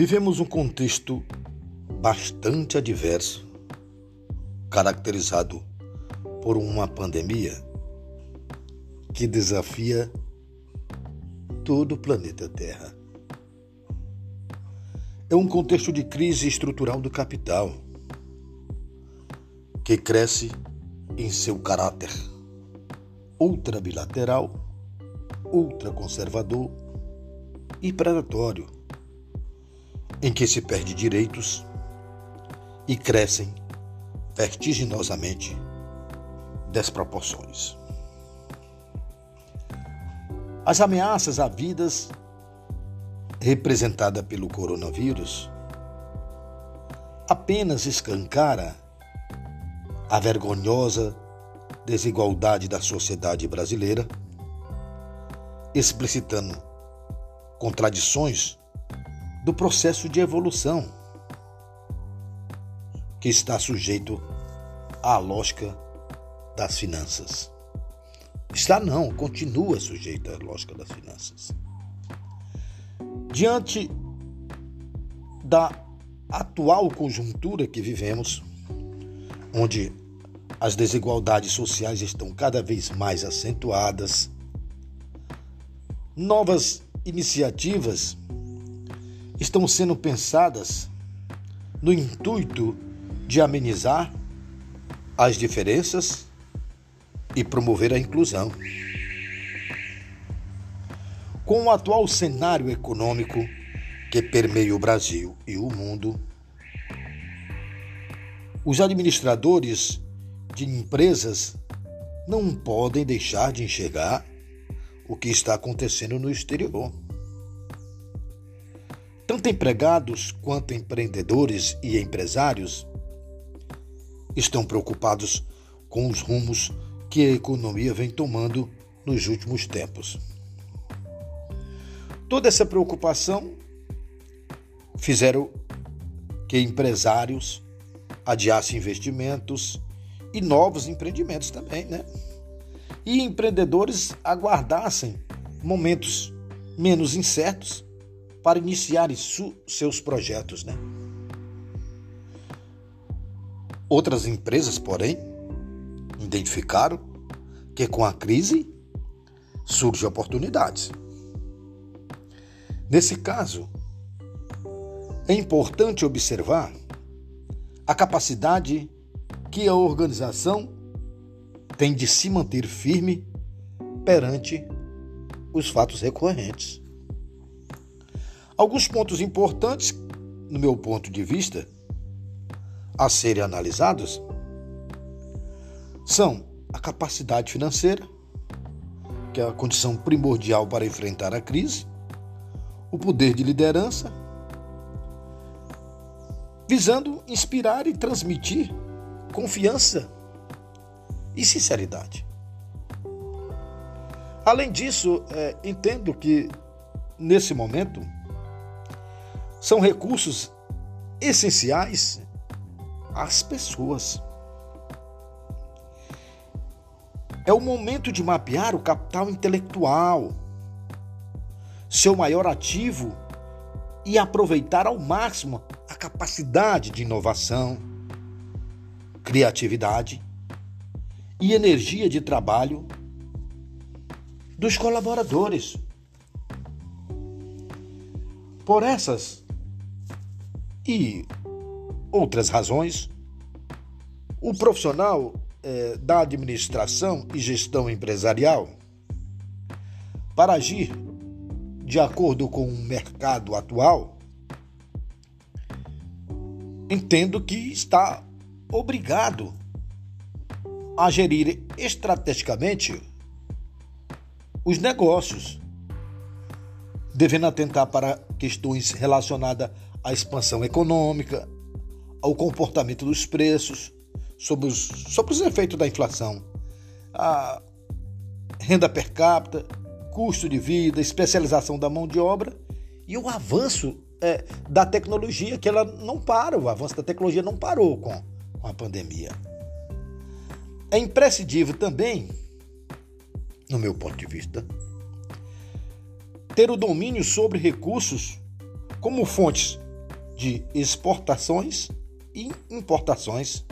Vivemos um contexto bastante adverso, caracterizado por uma pandemia que desafia todo o planeta Terra. É um contexto de crise estrutural do capital, que cresce em seu caráter ultrabilateral, ultraconservador e predatório, em que se perde direitos e crescem vertiginosamente desproporções. As ameaças a vidas representada pelo coronavírus apenas escancara a vergonhosa desigualdade da sociedade brasileira, explicitando contradições do processo de evolução que está sujeito à lógica das finanças. Continua sujeito à lógica das finanças. Diante da atual conjuntura que vivemos, onde as desigualdades sociais estão cada vez mais acentuadas, novas iniciativas estão sendo pensadas no intuito de amenizar as diferenças e promover a inclusão. Com o atual cenário econômico que permeia o Brasil e o mundo, os administradores de empresas não podem deixar de enxergar o que está acontecendo no exterior. Tanto empregados quanto empreendedores e empresários estão preocupados com os rumos que a economia vem tomando nos últimos tempos. Toda essa preocupação fizeram que empresários adiassem investimentos e novos empreendimentos também, E empreendedores aguardassem momentos menos incertos para iniciarem seus projetos, Outras empresas, porém, identificaram que com a crise surgem oportunidades. Nesse caso, é importante observar a capacidade que a organização tem de se manter firme perante os fatos recorrentes. Alguns pontos importantes, no meu ponto de vista, a serem analisados são a capacidade financeira, que é a condição primordial para enfrentar a crise, o poder de liderança, visando inspirar e transmitir confiança e sinceridade. Além disso, entendo que, nesse momento, são recursos essenciais às pessoas. É o momento de mapear o capital intelectual, seu maior ativo, e aproveitar ao máximo a capacidade de inovação, criatividade e energia de trabalho dos colaboradores. Por essas e outras razões, o profissional da administração e gestão empresarial, para agir de acordo com o mercado atual, entendo que está obrigado a gerir estrategicamente os negócios, devendo atentar para questões relacionadas à expansão econômica, ao comportamento dos preços, sobre os efeitos da inflação, a renda per capita, custo de vida, especialização da mão de obra e o avanço da tecnologia, que ela não para, o avanço da tecnologia não parou com a pandemia. É imprescindível também, no meu ponto de vista, ter o domínio sobre recursos como fontes de exportações e importações,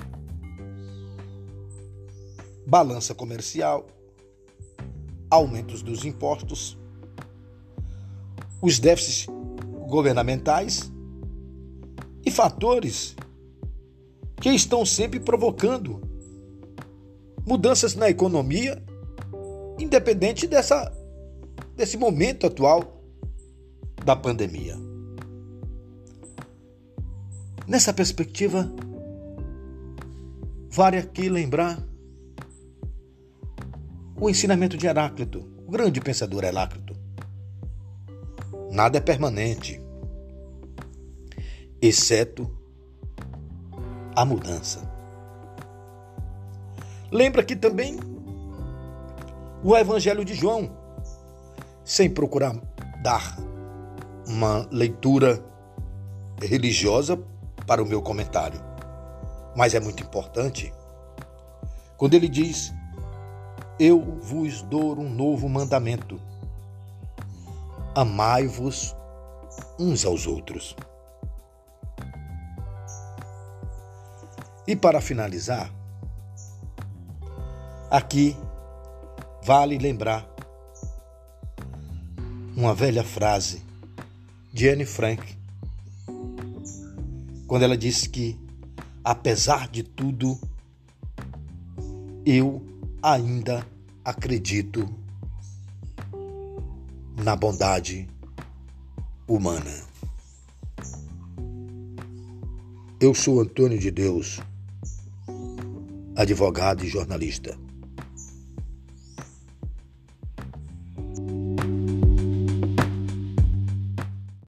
balança comercial, aumentos dos impostos, os déficits governamentais e fatores que estão sempre provocando mudanças na economia, independente desse momento atual da pandemia. Nessa perspectiva, vale aqui lembrar o ensinamento de Heráclito, o grande pensador Heráclito. Nada é permanente, exceto a mudança. Lembra aqui também o Evangelho de João, sem procurar dar uma leitura religiosa para o meu comentário, mas é muito importante quando ele diz: eu vos dou um novo mandamento, amai-vos uns aos outros. E para finalizar, aqui vale lembrar uma velha frase de Anne Frank, quando ela disse que, apesar de tudo, eu ainda acredito na bondade humana. Eu sou Antônio de Deus, advogado e jornalista.